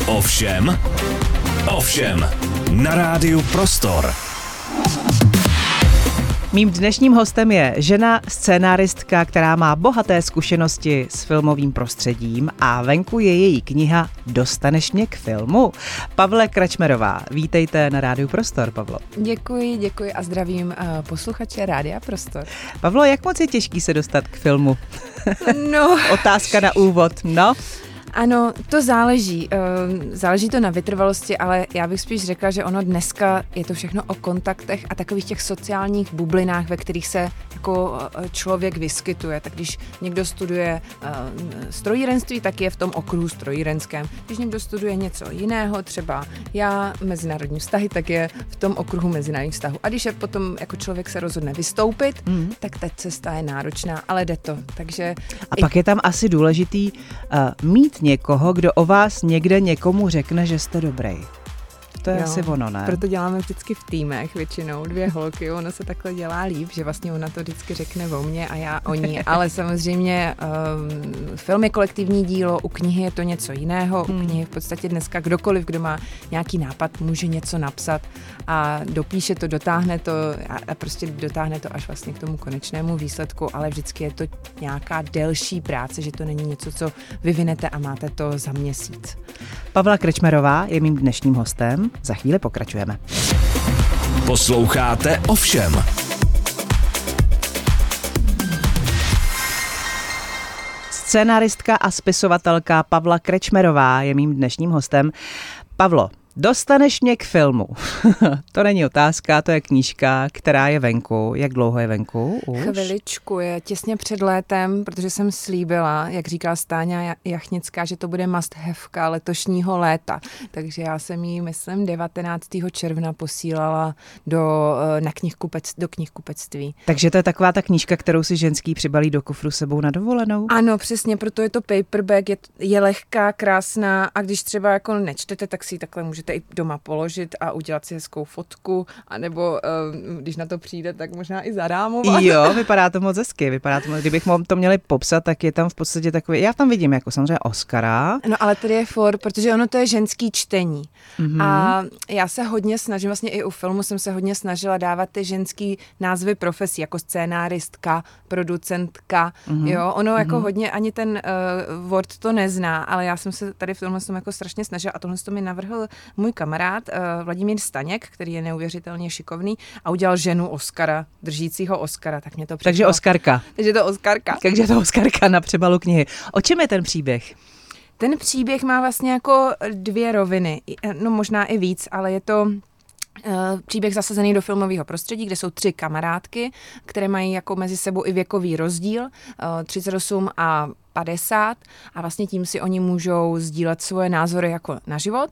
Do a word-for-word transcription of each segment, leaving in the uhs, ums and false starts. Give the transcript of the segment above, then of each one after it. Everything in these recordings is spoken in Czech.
Ovšem, ovšem, na rádiu Prostor. Mým dnešním hostem je žena, scénáristka, která má bohaté zkušenosti s filmovým prostředím a venku je její kniha Dostaneš mě k filmu. Pavle Krečmerová, vítejte na rádiu Prostor, Pavlo. Děkuji, děkuji a zdravím uh, posluchače Rádia Prostor. Pavlo, jak moc je těžký se dostat k filmu? No. Otázka na úvod, no. Ano, to záleží. Záleží to na vytrvalosti, ale já bych spíš řekla, že ono dneska je to všechno o kontaktech a takových těch sociálních bublinách, ve kterých se jako člověk vyskytuje. Tak když někdo studuje strojírenství, tak je v tom okruhu strojírenském. Když někdo studuje něco jiného, třeba já, mezinárodní vztahy, tak je v tom okruhu mezinárodních vztahů. A když je potom jako člověk se rozhodne vystoupit, mm. tak ta cesta je náročná, ale jde to. Takže a i... pak je tam asi důležitý uh, mít někoho, kdo o vás někde někomu řekne, že jste dobrý. To je jo, asi ono, ne? Proto děláme vždycky v týmech většinou, dvě holky, ono se takhle dělá líp, že vlastně ona to vždycky řekne o mně a já o ní, ale samozřejmě um, film je kolektivní dílo, u knihy je to něco jiného, hmm. u knihy v podstatě dneska kdokoliv, kdo má nějaký nápad, může něco napsat a dopíše to, dotáhne to a, a prostě dotáhne to až vlastně k tomu konečnému výsledku, ale vždycky je to nějaká delší práce, že to není něco, co vyvinete a máte to za měsíc. Pavla Krečmerová je mým dnešním hostem. Za chvíli pokračujeme. Posloucháte Ovšem. Scénáristka a spisovatelka Pavla Krečmerová je mým dnešním hostem. Pavlo, dostaneš mě k filmu. To není otázka, to je knížka, která je venku. Jak dlouho je venku už? Chviličku, je těsně před létem, protože jsem slíbila, jak říká Stáňa Jachnická, že to bude must haveka letošního léta. Takže já jsem jí, myslím, devatenáctého června posílala do, na knihkupec, do knihkupectví. Takže to je taková ta knížka, kterou si ženský přibalí do kufru sebou na dovolenou? Ano, přesně, proto je to paperback, je, je lehká, krásná a když třeba jako nečtete, tak si ji takhle můžete i doma položit a udělat si hezkou fotku, anebo uh, když na to přijde, tak možná i zarámovat. Jo, vypadá to moc hezky, vypadá to moc, kdybych to měli popsat, tak je tam v podstatě takový, já tam vidím jako samozřejmě Oscara. No ale tady je for, protože ono to je ženský čtení. Mm-hmm. A já se hodně snažím, vlastně i u filmu jsem se hodně snažila dávat ty ženský názvy profesí, jako scénáristka, producentka, mm-hmm. jo, ono mm-hmm. jako hodně, ani ten uh, word to nezná, ale já jsem se tady v tomhle jsem jako strašně snažila a tohle to mi navrhl můj kamarád uh, Vladimír Staněk, který je neuvěřitelně šikovný a udělal ženu Oscara, držícího Oscara, tak mě to přišlo. Takže Oskarka. Takže to Oskarka. Takže to Oskarka na přebalu knihy. O čem je ten příběh? Ten příběh má vlastně jako dvě roviny, no možná i víc, ale je to příběh zasazený do filmového prostředí, kde jsou tři kamarádky, které mají jako mezi sebou i věkový rozdíl, třicet osm a padesát a vlastně tím si oni můžou sdílet svoje názory jako na život.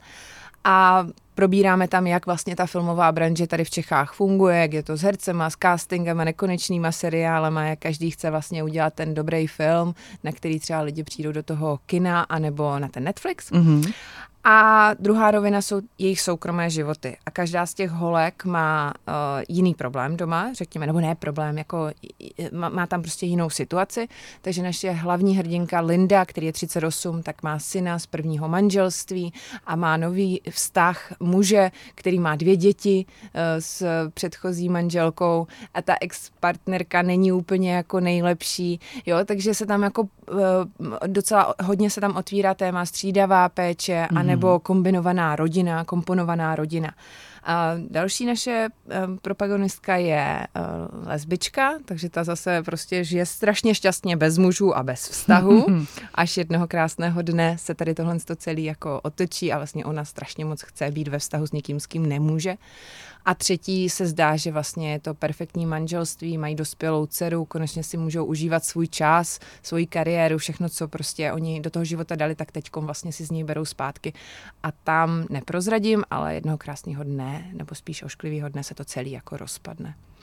A probíráme tam, jak vlastně ta filmová branže tady v Čechách funguje, jak je to s hercema, s castingem a nekonečnýma seriálema, jak každý chce vlastně udělat ten dobrý film, na který třeba lidi přijdou do toho kina anebo na ten Netflix. Mm-hmm. A druhá rovina jsou jejich soukromé životy. A každá z těch holek má uh, jiný problém doma, řekněme, nebo ne problém, jako má, má tam prostě jinou situaci. Takže naše hlavní hrdinka Linda, který je třicet osm, tak má syna z prvního manželství a má nový vztah muže, který má dvě děti uh, s předchozí manželkou a ta ex-partnerka není úplně jako nejlepší. Jo, takže se tam jako uh, docela hodně se tam otvírá téma střídavá péče mm. a nebo kombinovaná rodina, komponovaná rodina. A další naše um, protagonistka je uh, lesbička, takže ta zase prostě žije strašně šťastně bez mužů a bez vztahu. Až jednoho krásného dne se tady tohle celý jako otočí a vlastně ona strašně moc chce být ve vztahu s někým, s kým nemůže. A třetí se zdá, že vlastně je to perfektní manželství, mají dospělou dceru, konečně si můžou užívat svůj čas, svoji kariéru, všechno, co prostě oni do toho života dali, tak teďkom vlastně si z něj berou zpátky. A tam neprozradím, ale jednoho krásného dne, nebo spíš ošklivého dne se to celý jako rozpadne.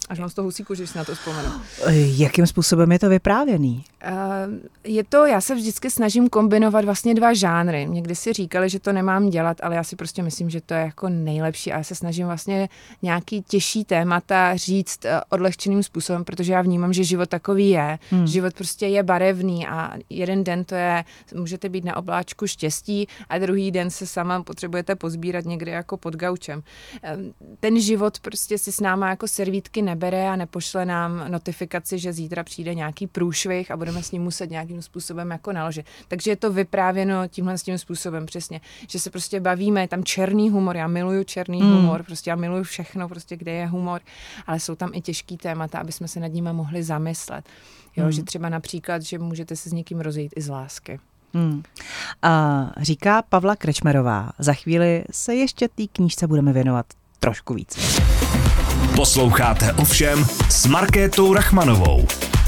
Až mám z toho husí kůži, když si na to vzpomenu. Jakým způsobem je to vyprávěný? Uh, je to, já se vždycky snažím kombinovat vlastně dva žánry. Někdy si říkali, že to nemám dělat, ale já si prostě myslím, že to je jako nejlepší a já se snažím vlastně nějaký těžší témata říct uh, odlehčeným způsobem, protože já vnímám, že život takový je. Hmm. Život prostě je barevný a jeden den to je, můžete být na obláčku štěstí a druhý den se sama potřebujete pozbírat někde jako pod gaučem. Um, ten život prostě si s náma jako servítky nebere a nepošle nám notifikaci, že zítra přijde nějaký průšvih a budeme s ním muset nějakým způsobem jako naložit. Takže je to vyprávěno tímhle s tím způsobem přesně, že se prostě bavíme, je tam černý humor, já miluju černý hmm. humor, prostě já miluju všechno, prostě kde je humor, ale jsou tam i těžký témata, aby jsme se nad nimi mohli zamyslet. Jo, hmm. že třeba například, že můžete se s někým rozejít i z lásky. Hmm. A říká Pavla Krečmerová. Za chvíli se ještě té knížce budeme věnovat trošku víc. Posloucháte Ovšem s Markétou Rachmanovou.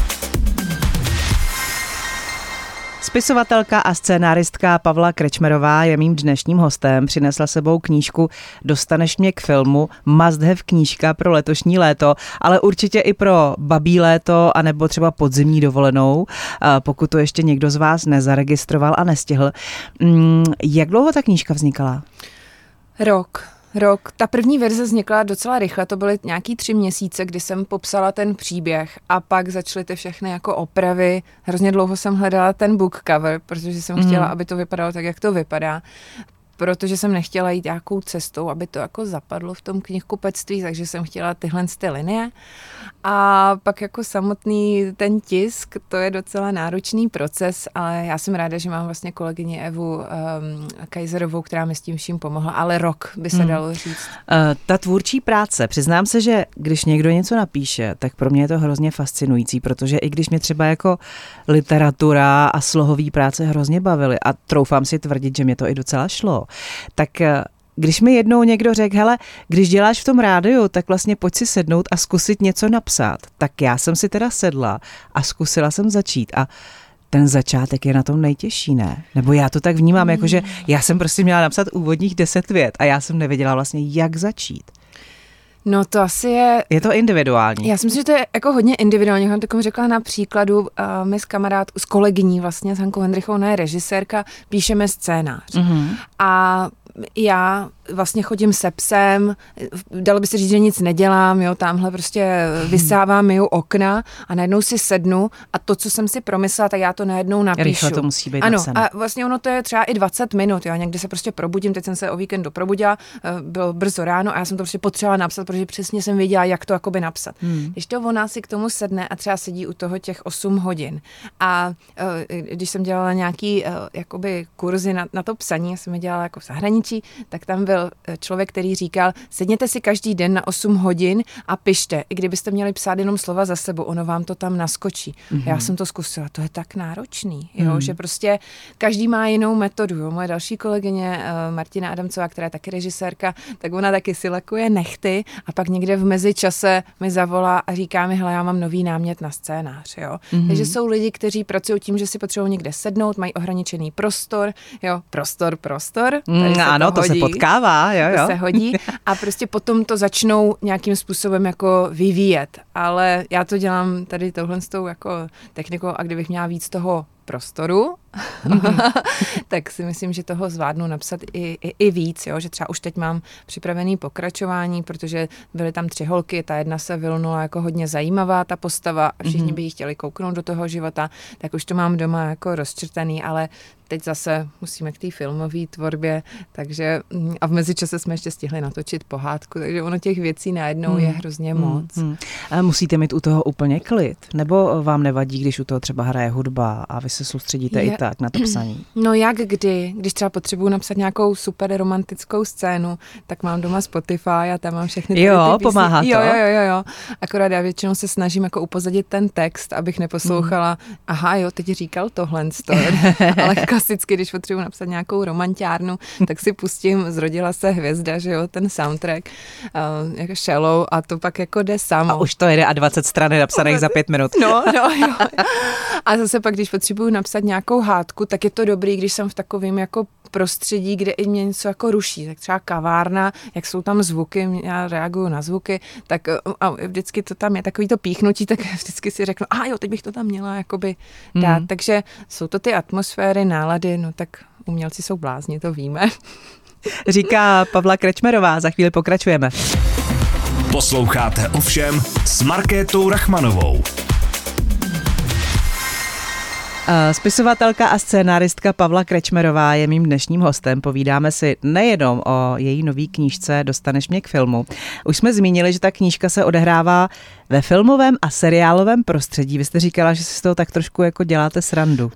Spisovatelka a scénáristka Pavla Krečmerová je mým dnešním hostem. Přinesla sebou knížku Dostaneš mě k filmu, must have knížka pro letošní léto, ale určitě i pro babí léto, anebo třeba podzimní dovolenou, pokud to ještě někdo z vás nezaregistroval a nestihl. Jak dlouho ta knížka vznikala? Rok. Rok. Ta první verze vznikla docela rychle, to byly nějaký tři měsíce, kdy jsem popsala ten příběh a pak začaly ty všechny jako opravy. Hrozně dlouho jsem hledala ten book cover, protože jsem mm. chtěla, aby to vypadalo tak, jak to vypadá. Protože jsem nechtěla jít nějakou cestou, aby to jako zapadlo v tom knihkupectví, takže jsem chtěla tyhle ty linie. A pak jako samotný ten tisk, to je docela náročný proces, ale já jsem ráda, že mám vlastně kolegyni Evu um, Kajzerovou, která mi s tím vším pomohla, ale rok by se hmm. dalo říct. Uh, ta tvůrčí práce, přiznám se, že když někdo něco napíše, tak pro mě je to hrozně fascinující, protože i když mě třeba jako literatura a slohový práce hrozně bavily a troufám si tvrdit, že mě to i docela šlo, tak když mi jednou někdo řekl, hele, když děláš v tom rádiu, tak vlastně pojď si sednout a zkusit něco napsat. Tak já jsem si teda sedla a zkusila jsem začít a ten začátek je na tom nejtěžší, ne? Nebo já to tak vnímám, mm. jakože já jsem prostě měla napsat úvodních deset vět a já jsem nevěděla vlastně, jak začít. No to asi je... Je to individuální. Já si myslím, že to je jako hodně individuální. Jsem takovou řekla na příkladu, uh, my s kamarádkou, s kolegyní vlastně, s Hankou Hendrychovou, ona je režisérka, píšeme scénář. Mm-hmm. A já vlastně chodím se psem, dalo by se říct, že nic nedělám, jo, tamhle prostě vysávám, myju okna a najednou si sednu a to, co jsem si promyslela, tak já to najednou napíšu. Rychle to musí být ano, napsané. A vlastně ono to je třeba i dvacet minut, jo, někdy se prostě probudím, teď jsem se o víkendu probudila, bylo brzo ráno a já jsem to prostě potřebovala napsat, protože přesně jsem věděla, jak to jakoby napsat. Hmm. Když to ona si k tomu sedne a třeba sedí u toho těch osm hodin a když jsem dělala nějaký jakoby kurzy na, na to psaní, já jsem je dělala jako v zahraničí, tak tam byl člověk, který říkal, sedněte si každý den na osm hodin a pište. I kdybyste měli psát jenom slova za sebou, ono vám to tam naskočí. Mm-hmm. Já jsem to zkusila, to je tak náročný, jo, mm. že prostě každý má jinou metodu. Jo. Moje další kolegyně Martina Adamcová, která je taky režisérka, tak ona taky si lakuje nechty a pak někde v mezičase mi zavolá a říká mi, hele, já mám nový námět na scénář. Jo. Mm-hmm. Takže jsou lidi, kteří pracují tím, že si potřebují někde sednout, mají ohraničený prostor, jo, prostor, prostor. Mm, ano, to, to se potkává, jo, jo. To se hodí a prostě potom to začnou nějakým způsobem jako vyvíjet. Ale já to dělám tady touhle s tou jako technikou a kdybych měla víc toho prostoru, mm-hmm. tak si myslím, že toho zvládnu napsat i, i, i víc, jo? Že třeba už teď mám připravený pokračování, protože byly tam tři holky, ta jedna se vylnula jako hodně zajímavá, ta postava a všichni mm-hmm. by jí chtěli kouknout do toho života, tak už to mám doma jako rozčrtaný, ale teď zase musíme k té filmové tvorbě, takže a v mezičase jsme ještě stihli natočit pohádku, takže ono těch věcí najednou hmm. je hrozně moc. Hmm. A musíte mít u toho úplně klid? Nebo vám nevadí, když u toho třeba hraje hudba a vy se soustředíte je, i tak na to psaní? No jak kdy? Když třeba potřebuji napsat nějakou super romantickou scénu, tak mám doma Spotify a tam mám všechny ty Jo, ty pomáhá to. Jo, jo, jo, jo. Akorát já většinou se snažím jako upozadit ten text, abych neposlouchala, hmm. aha, jo, teď říkal tohle, ale klasicky, když potřebuji napsat nějakou romantiárnu, tak si pustím Zrodila se hvězda, že jo, ten soundtrack, uh, jako Shallow a to pak jako jde samo. A už to jede a dvacet stran je napsaných za pět minut. No, no, jo. A zase pak, když potřebuji potřebuju napsat nějakou hádku, tak je to dobrý, když jsem v takovém jako prostředí, kde i mě něco jako ruší. Tak třeba kavárna, jak jsou tam zvuky, já reaguju na zvuky, tak a vždycky to tam je takový to píchnutí, tak vždycky si řeknu, a jo, teď bych to tam měla jakoby dát. Mm. Takže jsou to ty atmosféry, nálady, no tak umělci jsou blázni, to víme. Říká Pavla Krečmerová, za chvíli pokračujeme. Posloucháte Ovšem s Markétou Rachmanovou. Spisovatelka a scénáristka Pavla Krečmerová je mým dnešním hostem. Povídáme si nejenom o její nový knížce Dostaneš mě k filmu. Už jsme zmínili, že ta knížka se odehrává ve filmovém a seriálovém prostředí. Vy jste říkala, že si z toho tak trošku jako děláte srandu.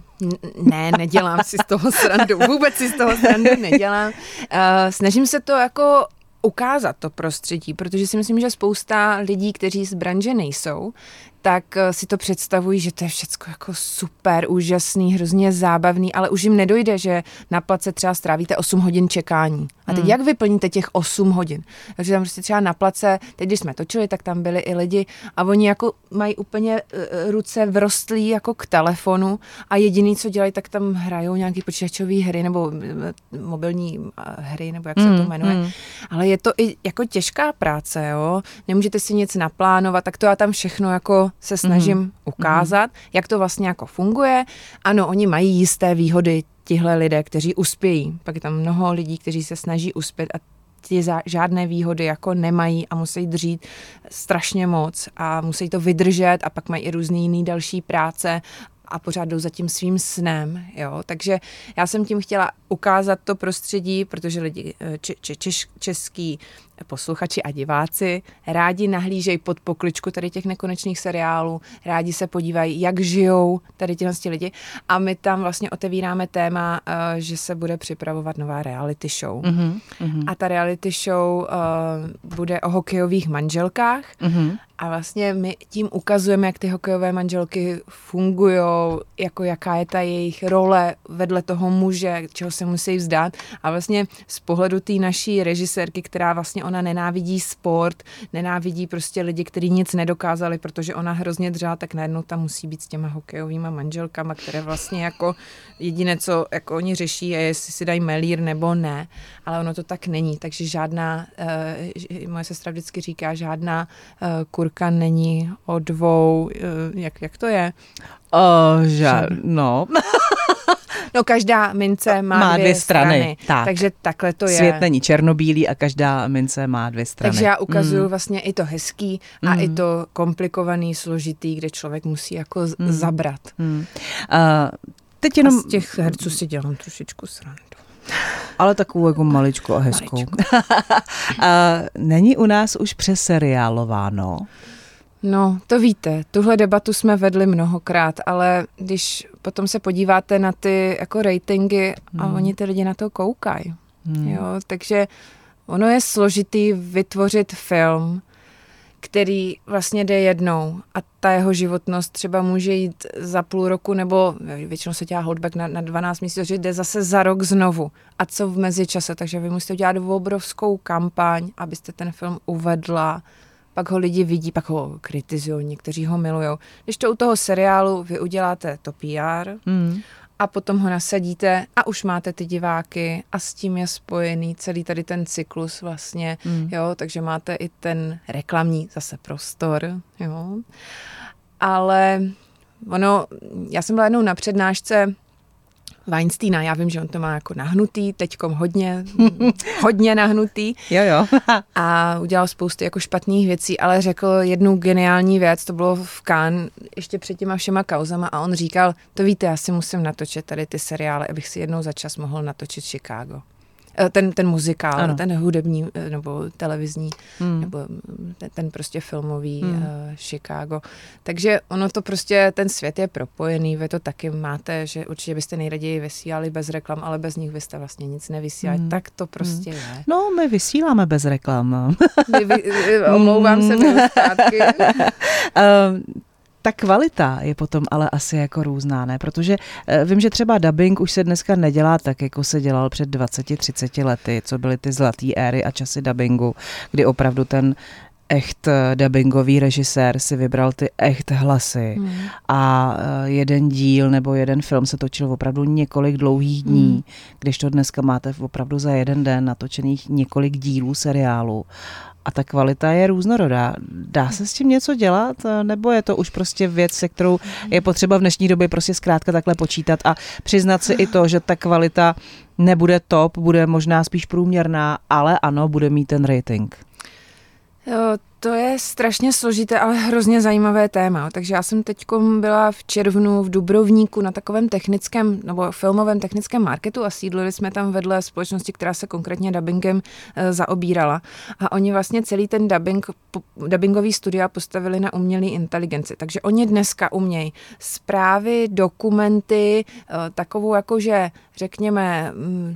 Ne, nedělám si z toho srandu. Vůbec si z toho srandu nedělám. Uh, snažím se to jako ukázat to prostředí, protože si myslím, že spousta lidí, kteří z branže nejsou, tak si to představují, že to je všecko jako super, úžasný, hrozně zábavný, ale už jim nedojde, že na place třeba strávíte osm hodin čekání. A teď hmm. jak vyplníte těch osm hodin? Takže tam prostě třeba na place, teď když jsme točili, tak tam byli i lidi a oni jako mají úplně ruce vrostlý jako k telefonu a jediný, co dělají, tak tam hrajou nějaký počítačové hry nebo mobilní hry, nebo jak se to jmenuje. Hmm. Ale je to i jako těžká práce, jo? Nemůžete si nic naplánovat, tak to já tam všechno jako se snažím mm. ukázat, jak to vlastně jako funguje. Ano, oni mají jisté výhody, tihle lidé, kteří uspějí. Pak je tam mnoho lidí, kteří se snaží uspět a ti žádné výhody jako nemají a musí dřít strašně moc a musí to vydržet a pak mají i různý jiný další práce a pořád jdou za tím svým snem, jo. Takže já jsem tím chtěla ukázat to prostředí, protože lidi če, če, češ, český posluchači a diváci rádi nahlížejí pod pokličku tady těch nekonečných seriálů, rádi se podívají, jak žijou tady těhle lidi a my tam vlastně otevíráme téma, že se bude připravovat nová reality show. Mm-hmm. A ta reality show uh, bude o hokejových manželkách mm-hmm. a vlastně my tím ukazujeme, jak ty hokejové manželky fungujou, jako jaká je ta jejich role vedle toho muže, čeho se musí vzdát a vlastně z pohledu té naší režisérky, která vlastně ona nenávidí sport, nenávidí prostě lidi, kteří nic nedokázali, protože ona hrozně dřela, tak najednou tam musí být s těma hokejovýma manželkama, které vlastně jako jediné, co jako oni řeší, je, jestli si dají melír nebo ne, ale ono to tak není, takže žádná, uh, moje sestra vždycky říká, žádná uh, kurka není o dvou, uh, jak, jak to je? Uh, žád, no... No každá mince má, má dvě, dvě strany, strany, tak. Takže takhle to je. Svět není černobílý a každá mince má dvě strany. Takže já ukazuju mm. vlastně i to hezký a mm. i to komplikovaný, složitý, kde člověk musí jako mm. zabrat. Mm. Uh, teď jenom... A z těch herců si dělám trošičku srandu. Ale takovou jako maličku a hezkou. uh, není u nás už přeseriálováno? No, to víte, tuhle debatu jsme vedli mnohokrát, ale když potom se podíváte na ty jako ratingy a hmm. oni ty lidi na to koukají. Hmm. Jo, takže ono je složitý vytvořit film, který vlastně jde jednou a ta jeho životnost třeba může jít za půl roku nebo většinou se dělá holdback na, na dvanáct měsíců, že jde zase za rok znovu. A co v mezičase, takže vy musíte udělat obrovskou kampaň, abyste ten film uvedla, pak ho lidi vidí, pak ho kritizují, někteří ho milujou. Když to u toho seriálu vy uděláte to P R mm. a potom ho nasadíte a už máte ty diváky a s tím je spojený celý tady ten cyklus vlastně, mm. jo, takže máte i ten reklamní zase prostor, jo. Ale ono, já jsem byla jednou na přednášce Weinsteina, já vím, že on to má jako nahnutý, teďkom hodně, hodně nahnutý. Jo, jo. A udělal spoustu jako špatných věcí, ale řekl jednu geniální věc, to bylo v Cannes, ještě před těma všema kauzama a on říkal, to víte, já si musím natočit tady ty seriály, abych si jednou za čas mohl natočit Chicago. Ten, ten muzikál, ano. ten hudební nebo televizní, hmm. nebo ten, ten prostě filmový hmm. uh, Chicago. Takže ono to prostě, ten svět je propojený, vy to taky máte, že určitě byste nejraději vysílali bez reklam, ale bez nich byste vlastně nic nevysílali. Hmm. Tak to prostě hmm. je. No, my vysíláme bez reklam. Vy, vy, omlouvám se, byl zpátky. um, Ta kvalita je potom ale asi jako různá, ne? Protože vím, že třeba dabing už se dneska nedělá tak, jako se dělal před dvaceti třiceti lety, co byly ty zlatý éry a časy dabingu, kdy opravdu ten echt dabingový režisér si vybral ty echt hlasy hmm. a jeden díl nebo jeden film se točil opravdu několik dlouhých dní, hmm. když to dneska máte opravdu za jeden den natočených několik dílů seriálu. A ta kvalita je různorodá. Dá se s tím něco dělat? Nebo je to už prostě věc, se kterou je potřeba v dnešní době prostě zkrátka takhle počítat a přiznat si i to, že ta kvalita nebude top, bude možná spíš průměrná, ale ano, bude mít ten rating. Jo, to je strašně složité, ale hrozně zajímavé téma. Takže já jsem teď byla v červnu v Dubrovníku na takovém technickém nebo filmovém technickém marketu a sídlili jsme tam vedle společnosti, která se konkrétně dabingem e, zaobírala. A oni vlastně celý ten dubbing, po, dubbingový studia postavili na umělé inteligenci. Takže oni dneska umějí zprávy, dokumenty, e, takovou jakože řekněme m,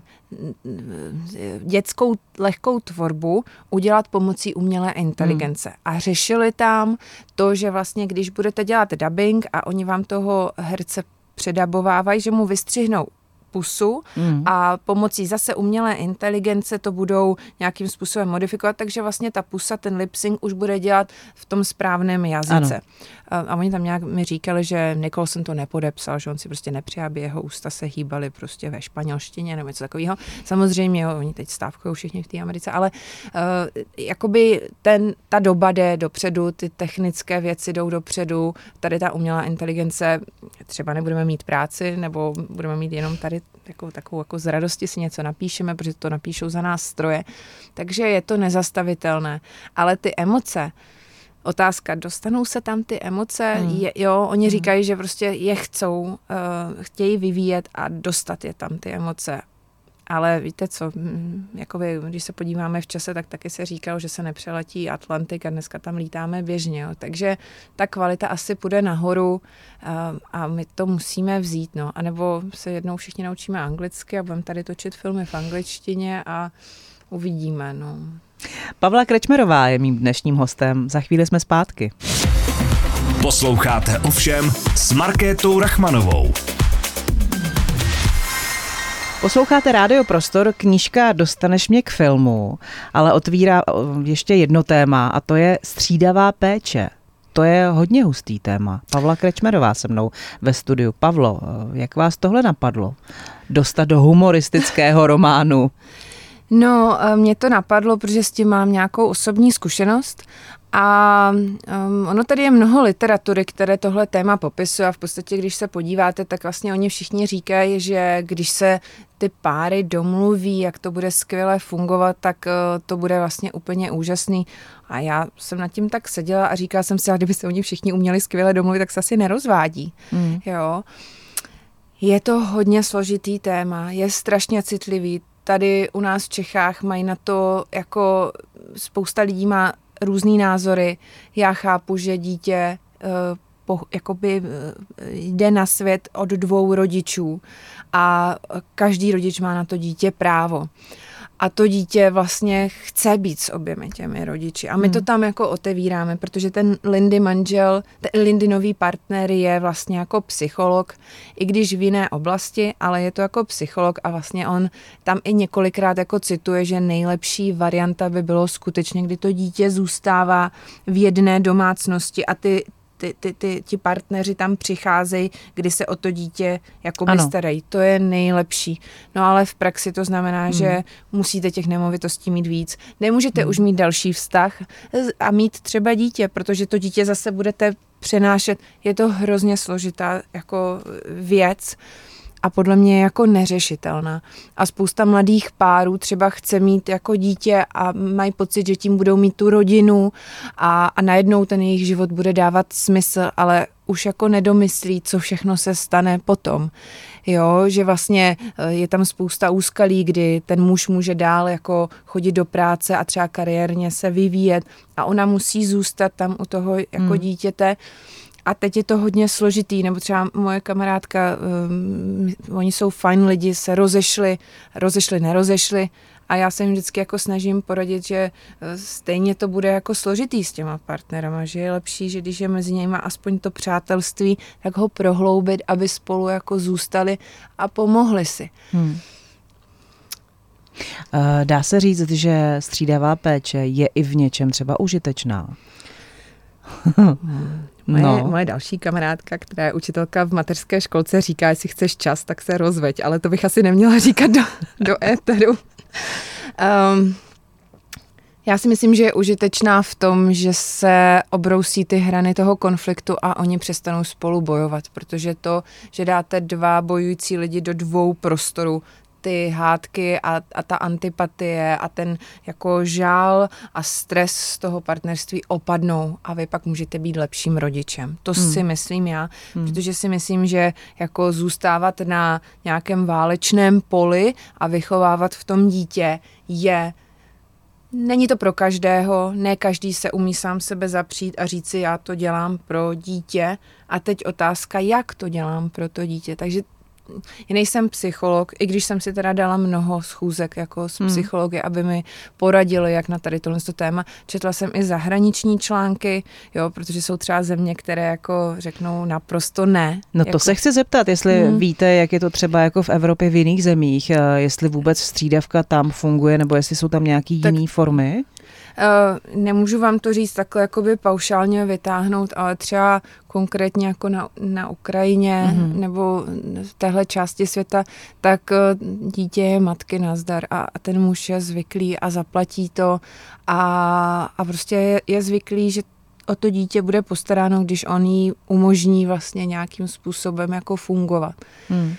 dětskou lehkou tvorbu udělat pomocí umělé inteligence. Hmm. A řešili tam to, že vlastně když budete dělat dubbing a oni vám toho herce předabovávají, že mu vystřihnou pusu hmm. a pomocí zase umělé inteligence to budou nějakým způsobem modifikovat, takže vlastně ta pusa, ten lip-sync už bude dělat v tom správném jazyce. A, a oni tam nějak mi říkali, že Nicholson to nepodepsal, že on si prostě nepřijal, aby jeho ústa se hýbaly prostě ve španělštině nebo něco takového. Samozřejmě, jo, oni teď stávkují všichni v té Americe, ale uh, jakoby ten, ta doba jde dopředu, ty technické věci jdou dopředu, tady ta umělá inteligence, třeba nebudeme mít práci, nebo budeme mít jenom tady jako, takovou jako z radosti si něco napíšeme, protože to napíšou za nás stroje. Takže je to nezastavitelné. Ale ty emoce, otázka, dostanou se tam ty emoce? Hmm. Je, jo, oni hmm. říkají, že prostě je chcou, uh, chtějí vyvíjet a dostat je tam ty emoce. Ale víte co, jakoby, když se podíváme v čase, tak taky se říkalo, že se nepřeletí Atlantik a dneska tam lítáme běžně. Jo. Takže ta kvalita asi půjde nahoru a, a my to musíme vzít. No. A nebo se jednou všichni naučíme anglicky a budeme tady točit filmy v angličtině a uvidíme. No. Pavla Krečmerová je mým dnešním hostem. Za chvíli jsme zpátky. Posloucháte Ovšem s Markétou Rachmanovou. Posloucháte Rádio Prostor, knížka Dostaneš mě k filmu, ale otvírá ještě jedno téma a to je střídavá péče. To je hodně hustý téma. Pavla Krečmerová se mnou ve studiu. Pavlo, jak vás tohle napadlo? Dostat do humoristického románu? No, mě to napadlo, protože s tím mám nějakou osobní zkušenost a um, ono tady je mnoho literatury, které tohle téma popisuje a v podstatě, když se podíváte, tak vlastně oni všichni říkají, že když se ty páry domluví, jak to bude skvěle fungovat, tak uh, to bude vlastně úplně úžasný. A já jsem nad tím tak seděla a říkala jsem si, a kdyby se oni všichni uměli skvěle domluvit, tak se asi nerozvádí. Mm. Jo. Je to hodně složitý téma, je strašně citlivý. Tady u nás v Čechách mají na to, jako spousta lidí má různý názory. Já chápu, že dítě uh, po, jakoby uh, jde na svět od dvou rodičů a každý rodič má na to dítě právo. A to dítě vlastně chce být s oběmi těmi rodiči. A my hmm. to tam jako otevíráme, protože ten Lindy manžel, ten Lindy nový partner je vlastně jako psycholog, i když v jiné oblasti, ale je to jako psycholog a vlastně on tam i několikrát jako cituje, že nejlepší varianta by bylo skutečně, kdy to dítě zůstává v jedné domácnosti a ty Ty, ty, ty, ti partneři tam přicházejí, kdy se o to dítě jakoby starají. To je nejlepší. No ale v praxi to znamená, hmm. že musíte těch nemovitostí mít víc. Nemůžete hmm. už mít další vztah a mít třeba dítě, protože to dítě zase budete přenášet. Je to hrozně složitá jako věc a podle mě je jako neřešitelná. A spousta mladých párů třeba chce mít jako dítě a mají pocit, že tím budou mít tu rodinu a, a najednou ten jejich život bude dávat smysl, ale už jako nedomyslí, co všechno se stane potom. Jo, že vlastně je tam spousta úskalí, kdy ten muž může dál jako chodit do práce a třeba kariérně se vyvíjet a ona musí zůstat tam u toho jako hmm. dítěte. A teď je to hodně složitý, nebo třeba moje kamarádka, um, oni jsou fajn lidi, se rozešli, rozešli, nerozešli a já se jim vždycky jako snažím poradit, že stejně to bude jako složitý s těma partnerama, že je lepší, že když je mezi nimi aspoň to přátelství, tak ho prohloubit, aby spolu jako zůstali a pomohli si. Hmm. Dá se říct, že střídavá péče je i v něčem třeba užitečná? Moje, no. moje další kamarádka, která je učitelka v mateřské školce, říká, jestli chceš čas, tak se rozveď, ale to bych asi neměla říkat do, do éteru. Um, já si myslím, že je užitečná v tom, že se obrousí ty hrany toho konfliktu a oni přestanou spolu bojovat, protože to, že dáte dva bojující lidi do dvou prostorů, ty hádky a, a ta antipatie a ten jako žál a stres z toho partnerství opadnou a vy pak můžete být lepším rodičem. To hmm. si myslím já, hmm. protože si myslím, že jako zůstávat na nějakém válečném poli a vychovávat v tom dítě je Není to pro každého, ne každý se umí sám sebe zapřít a říct si, já to dělám pro dítě a teď otázka, jak to dělám pro to dítě. Takže já nejsem psycholog, i když jsem si teda dala mnoho schůzek jako s psychology, hmm. aby mi poradili, jak na tady tohle téma. Četla jsem i zahraniční články, jo, protože jsou třeba země, které jako řeknou naprosto ne. No to jako... se chci zeptat, jestli hmm. víte, jak je to třeba jako v Evropě v jiných zemích, jestli vůbec střídavka tam funguje, nebo jestli jsou tam nějaký tak... jiný formy? Uh, nemůžu vám to říct takhle jakoby paušálně vytáhnout, ale třeba konkrétně jako na, na Ukrajině mm-hmm. nebo v téhle části světa, tak uh, dítě je matky nazdar a, a ten muž je zvyklý a zaplatí to a, a prostě je, je zvyklý, že o to dítě bude postaráno, když on jí umožní vlastně nějakým způsobem jako fungovat. Mm.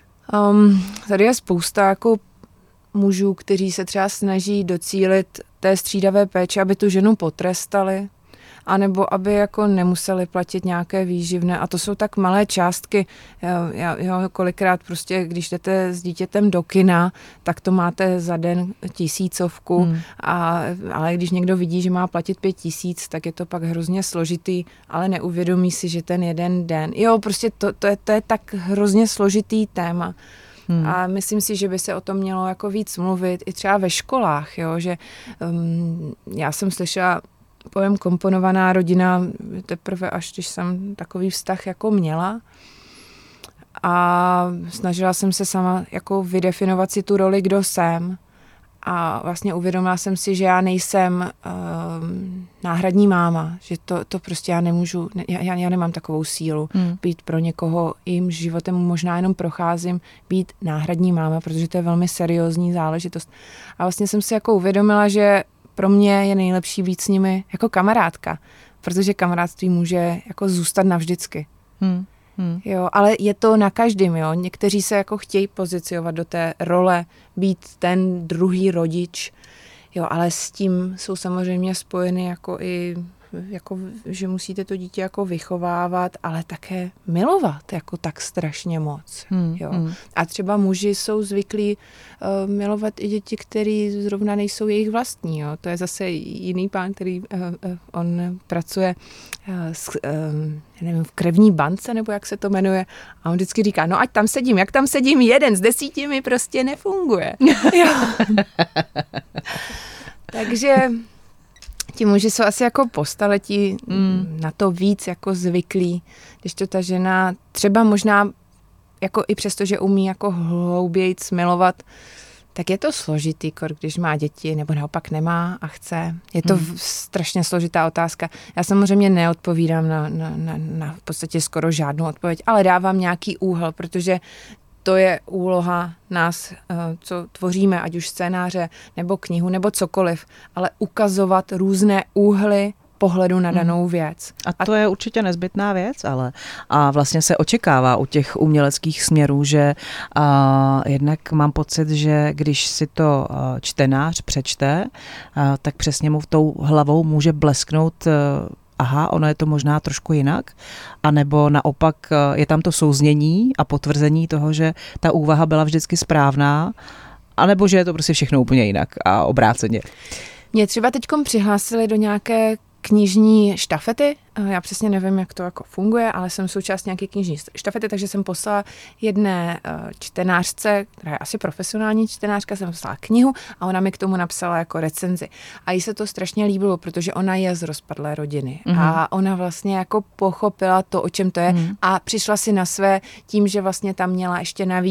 Um, tady je spousta jako mužů, kteří se třeba snaží docílit té střídavé péče, aby tu ženu potrestali, anebo aby jako nemuseli platit nějaké výživné. A to jsou tak malé částky. Já, já kolikrát prostě, když jdete s dítětem do kina, tak to máte za den tisícovku, hmm. a, ale když někdo vidí, že má platit pět tisíc, tak je to pak hrozně složitý, ale neuvědomí si, že ten jeden den, jo, prostě to, to, je, to je tak hrozně složitý téma. Hmm. A myslím si, že by se o tom mělo jako víc mluvit i třeba ve školách, jo, že um, já jsem slyšela pojem komponovaná rodina teprve až když jsem takový vztah jako měla a snažila jsem se sama jako vydefinovat si tu roli, kdo jsem. A vlastně uvědomila jsem si, že já nejsem um, náhradní máma, že to, to prostě já nemůžu, ne, já, já nemám takovou sílu hmm. být pro někoho, jim životem možná jenom procházím, být náhradní máma, protože to je velmi seriózní záležitost. A vlastně jsem si jako uvědomila, že pro mě je nejlepší být s nimi jako kamarádka, protože kamarádství může jako zůstat navždycky. Hmm. Hmm. Jo, ale je to na každém, jo. Někteří se jako chtějí poziciovat do té role, být ten druhý rodič, jo, ale s tím jsou samozřejmě spojeny jako i, jako, že musíte to dítě jako vychovávat, ale také milovat jako tak strašně moc, hmm. jo. Hmm. A třeba muži jsou zvyklí uh, milovat i děti, které zrovna nejsou jejich vlastní, jo. To je zase jiný pán, který uh, uh, on pracuje uh, s, uh, nevím, v krevní bance, nebo jak se to jmenuje. A on vždycky říká, no ať tam sedím, jak tam sedím, jeden z desíti mi prostě nefunguje. Takže ti muži jsou asi jako po staletí mm. na to víc jako zvyklí, když to ta žena třeba možná jako i přesto, že umí jako hloubějc milovat, tak je to složitý, když má děti, nebo naopak nemá a chce. Je to hmm. strašně složitá otázka. Já samozřejmě neodpovídám na, na, na, na v podstatě skoro žádnou odpověď, ale dávám nějaký úhel, protože to je úloha nás, co tvoříme, ať už scénáře, nebo knihu, nebo cokoliv, ale ukazovat různé úhly pohledu na danou věc. A to je určitě nezbytná věc, ale a vlastně se očekává u těch uměleckých směrů, že a, jednak mám pocit, že když si to a, čtenář přečte, a, tak přesně mu v tou hlavou může blesknout a, aha, ono je to možná trošku jinak, anebo naopak je tam to souznění a potvrzení toho, že ta úvaha byla vždycky správná, anebo že je to prostě všechno úplně jinak a obráceně. Mě třeba teďkom přihlásili do nějaké knižní štafety. Já přesně nevím, jak to jako funguje, ale jsem součást nějaké knižní štafety, takže jsem poslala jedné čtenářce, která je asi profesionální čtenářka, jsem poslala knihu a ona mi k tomu napsala jako recenzi. A jí se to strašně líbilo, protože ona je z rozpadlé rodiny. Mm-hmm. A ona vlastně jako pochopila to, o čem to je mm-hmm. a přišla si na své tím, že vlastně tam měla ještě navíc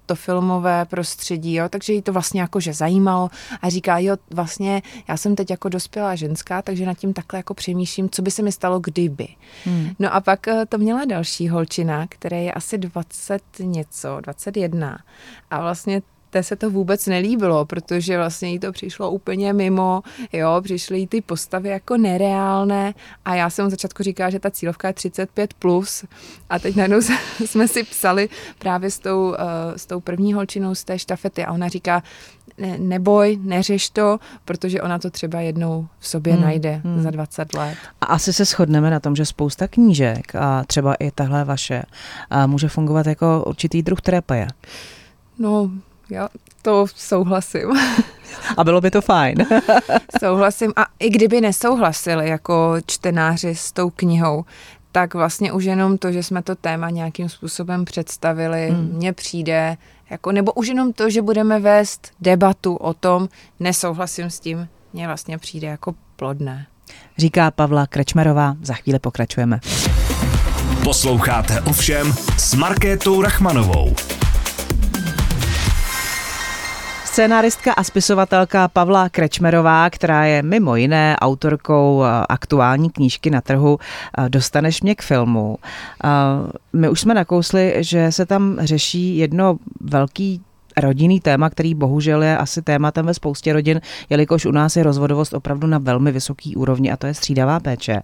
to filmové prostředí, jo, takže jí to vlastně jakože zajímalo a říká, jo, vlastně já jsem teď jako dospělá ženská, takže nad tím takhle jako přemýšlím, co by se mi stalo, kdyby. Hmm. No a pak to měla další holčina, které je asi dvacet něco, dvacet jedna a vlastně té se to vůbec nelíbilo, protože vlastně jí to přišlo úplně mimo, jo, přišly jí ty postavy jako nereálné a já jsem od začátku říkala, že ta cílovka je třicet pět plus a teď najednou jsme si psali právě s tou, uh, s tou první holčinou z té štafety a ona říká, ne, neboj, neřeš to, protože ona to třeba jednou v sobě hmm. najde hmm. za dvacet let. A asi se shodneme na tom, že spousta knížek a třeba i tahle vaše může fungovat jako určitý druh terapie. No, já to souhlasím. A bylo by to fajn. Souhlasím. A i kdyby nesouhlasili jako čtenáři s tou knihou, tak vlastně už jenom to, že jsme to téma nějakým způsobem představili, hmm. mně přijde, jako, nebo už jenom to, že budeme vést debatu o tom, nesouhlasím s tím, mně vlastně přijde jako plodné. Říká Pavla Krečmerová, za chvíli pokračujeme. Posloucháte Ovšem s Markétou Rachmanovou. Scénáristka a spisovatelka Pavla Krečmerová, která je mimo jiné autorkou aktuální knížky na trhu Dostaneš mě k filmu. My už jsme nakousli, že se tam řeší jedno velký rodinný téma, který bohužel je asi tématem ve spoustě rodin, jelikož u nás je rozvodovost opravdu na velmi vysoký úrovni a to je střídavá péče.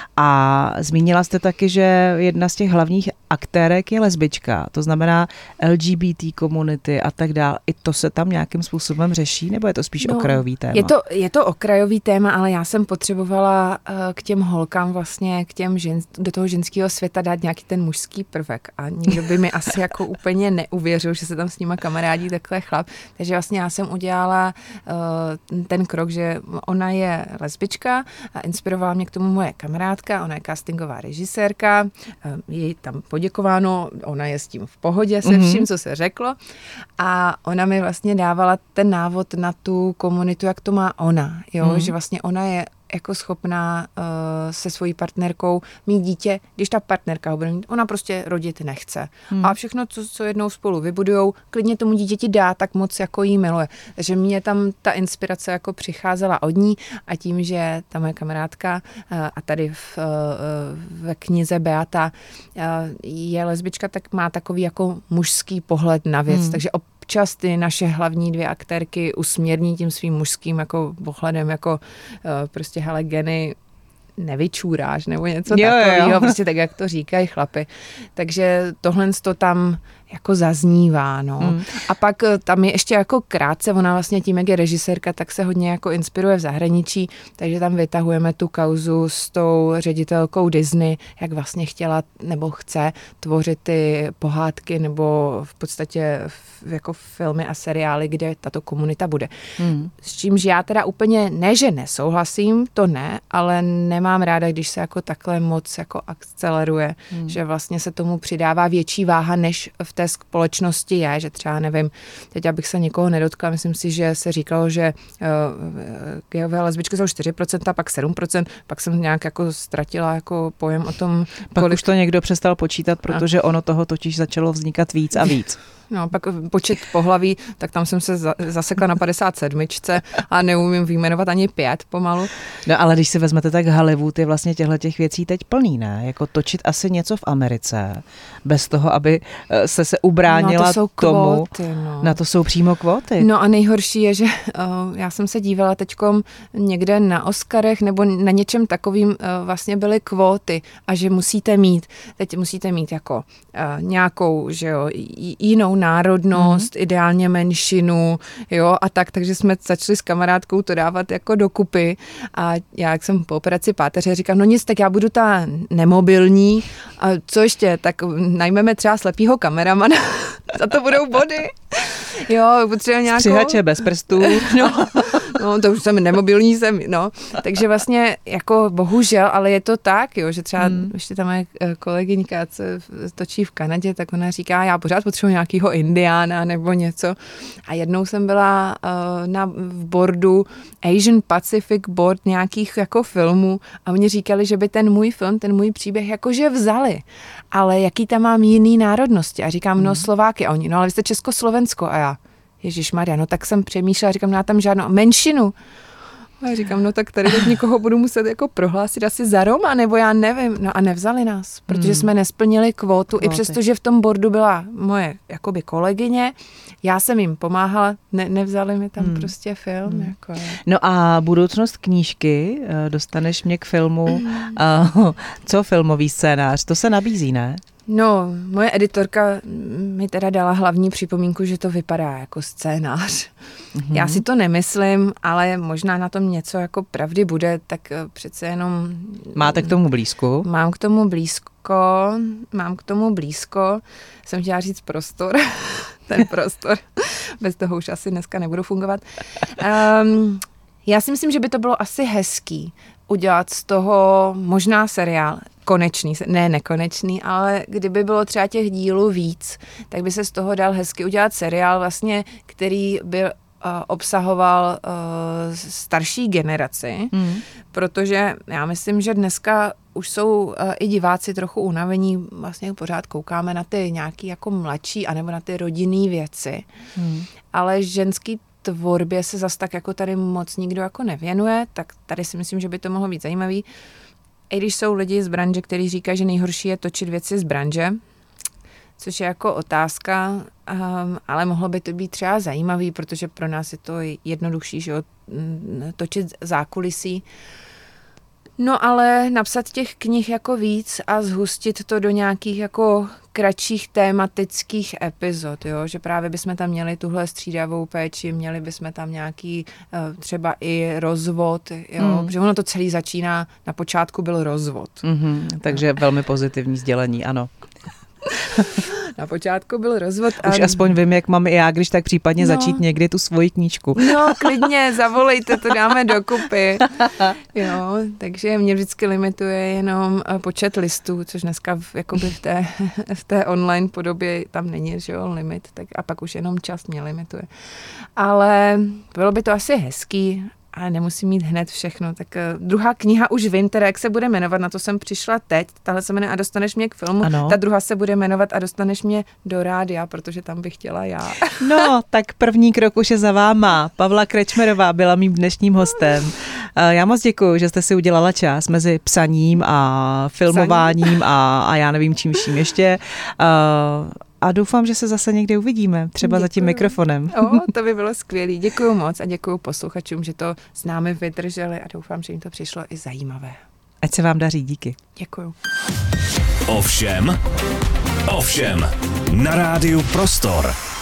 A zmínila jste taky, že jedna z těch hlavních aktérek je lesbička, to znamená L G B T komunity a tak dál. I to se tam nějakým způsobem řeší, nebo je to spíš no, okrajový téma? Je to, je to okrajový téma, ale já jsem potřebovala uh, k těm holkám vlastně, k těm žen, do toho ženského světa dát nějaký ten mužský prvek a nikdo by mi asi jako úplně neuvěřil, že se tam s nima kamarádí takhle chlap. Takže vlastně já jsem udělala uh, ten krok, že ona je lesbička a inspirovala mě k tomu moje kamarádka, ona je castingová režisérka, uh, jej tam poděkováno, ona je s tím v pohodě se vším, mm-hmm. co se řeklo a ona mi vlastně dávala ten návod na tu komunitu, jak to má ona, jo, mm-hmm. že vlastně ona je jako schopná uh, se svojí partnerkou mít dítě, když ta partnerka ho bude mít, ona prostě rodit nechce. Hmm. A všechno, co, co jednou spolu vybudujou, klidně tomu dítěti dá tak moc, jako jí miluje. Takže mě tam ta inspirace jako přicházela od ní a tím, že ta moje kamarádka uh, a tady v, uh, ve knize Beata uh, je lesbička, tak má takový jako mužský pohled na věc. Hmm. Takže občas ty naše hlavní dvě aktérky usměrní tím svým mužským jako pohledem, jako uh, prostě hele, geny nevyčůráš, nebo něco takového, prostě tak, jak to říkají chlapi. Takže tohle to tam jako zaznívá, no. Hmm. A pak tam je ještě jako krátce, ona vlastně tím, jak je režisérka, tak se hodně jako inspiruje v zahraničí, takže tam vytahujeme tu kauzu s tou ředitelkou Disney, jak vlastně chtěla nebo chce tvořit ty pohádky nebo v podstatě jako filmy a seriály, kde tato komunita bude. Hmm. S čímž já teda úplně ne, že nesouhlasím, to ne, ale nemám ráda, když se jako takhle moc jako akceleruje, hmm. že vlastně se tomu přidává větší váha, než v té společnosti je, že třeba nevím, teď abych se nikoho nedotkla, myslím si, že se říkalo, že uh, gejové a lesbičky jsou čtyři procenta, pak sedm procent, pak jsem nějak jako ztratila jako pojem o tom, pak kolik... už to někdo přestal počítat, protože ono toho totiž začalo vznikat víc a víc. No, pak počet pohlaví, tak tam jsem se zasekla na padesát sedm a neumím vyjmenovat ani pět pomalu. No, ale když si vezmete, tak Hollywood je vlastně těchto těch věcí teď plný, ne? Jako točit asi něco v Americe, bez toho, aby se se ubránila no, to tomu. Kvóty, no. Na to jsou přímo kvóty. No a nejhorší je, že uh, já jsem se dívala teďkom někde na Oscarech nebo na něčem takovým uh, vlastně byly kvóty a že musíte mít, teď musíte mít jako uh, nějakou, že jo, jinou národnost, mm. ideálně menšinu, jo, a tak, takže jsme začali s kamarádkou to dávat jako dokupy a já, jak jsem po operaci páteře, říkám, no nic, tak já budu ta nemobilní a co ještě, tak najmeme třeba slepýho kameramana, za to budou body. Jo, potřebujeme nějakou... Střihače bez prstů. No, No, to už jsem nemobilní jsem, no. Takže vlastně jako bohužel, ale je to tak, jo, že třeba hmm. ještě ta moje kolegyňka, co točí v Kanadě, tak ona říká, já pořád potřebuji nějakýho Indiána nebo něco. A jednou jsem byla uh, na, v boardu Asian Pacific Board nějakých jako filmů a oni říkali, že by ten můj film, ten můj příběh jakože vzali, ale jaký tam mám jiný národnosti. A říkám, no Slováky. A oni, no ale vy jste Československo. A já, ježišmarja, no tak jsem přemýšlela, říkám, no já tam žádnou menšinu. A já říkám, no tak tady teď někoho budu muset jako prohlásit asi za Roma, nebo já nevím. No a nevzali nás, protože hmm. jsme nesplnili kvótu, Kvóty. I přesto, že v tom boardu byla moje jakoby kolegyně, já jsem jim pomáhala, ne, nevzali mi tam hmm. prostě film. Hmm. Jako, no a budoucnost knížky, dostaneš mě k filmu, hmm. co filmový scénář, to se nabízí, ne? No, moje editorka mi teda dala hlavní připomínku, že to vypadá jako scénář. Mm-hmm. Já si to nemyslím, ale možná na tom něco jako pravdy bude, tak přece jenom... Máte k tomu blízko? Mám k tomu blízko, mám k tomu blízko. Jsem chtěla říct prostor, ten prostor. Bez toho už asi dneska nebudu fungovat. Um, já si myslím, že by to bylo asi hezký udělat z toho možná seriál. Konečný, ne nekonečný, ale kdyby bylo třeba těch dílů víc, tak by se z toho dal hezky udělat seriál vlastně, který by uh, obsahoval uh, starší generaci, mm. protože já myslím, že dneska už jsou uh, i diváci trochu unavení, vlastně pořád koukáme na ty nějaký jako mladší anebo na ty rodinný věci, mm. ale ženský tvorbě se zas tak jako tady moc nikdo jako nevěnuje, tak tady si myslím, že by to mohlo být zajímavý. I když jsou lidi z branže, kteří říkají, že nejhorší je točit věci z branže, což je jako otázka, um, ale mohlo by to být třeba zajímavý, protože pro nás je to jednodušší, že jo, točit zákulisí. No ale napsat těch knih jako víc a zhustit to do nějakých jako kratších tématických epizod, jo? Že právě bychom tam měli tuhle střídavou péči, měli bychom tam nějaký uh, třeba i rozvod, jo? Mm. Protože ono to celý začíná, na počátku byl rozvod. Mm-hmm, takže velmi pozitivní sdělení, ano. Na počátku byl rozvod. Už a... aspoň vím, jak mám i já, když tak případně no. začít někdy tu svoji knížku. No, klidně, zavolejte, to dáme dokupy. Jo, takže mě vždycky limituje jenom počet listů, což dneska v, jakoby v té, v té online podobě tam není, že jo, limit, tak a pak už jenom čas mě limituje. Ale bylo by to asi hezký, ale nemusím mít hned všechno. Tak uh, druhá kniha už vím, teda jak se bude jmenovat, na to jsem přišla teď. Tahle se jmenuje A dostaneš mě k filmu. Ano. Ta druhá se bude jmenovat A dostaneš mě do rádia, protože tam bych chtěla já. No, tak první krok už je za váma. Pavla Krečmerová byla mým dnešním hostem. Uh, já moc děkuji, že jste si udělala čas mezi psaním a filmováním a, a já nevím čím vším ještě. Uh, A doufám, že se zase někdy uvidíme, třeba děkuju. Za tím mikrofonem. O, to by bylo skvělý. Děkuju moc a děkuju posluchačům, že to s námi vydrželi a doufám, že jim to přišlo i zajímavé. Ať se vám daří, díky. Děkuju. Ovšem, ovšem, na rádiu Prostor.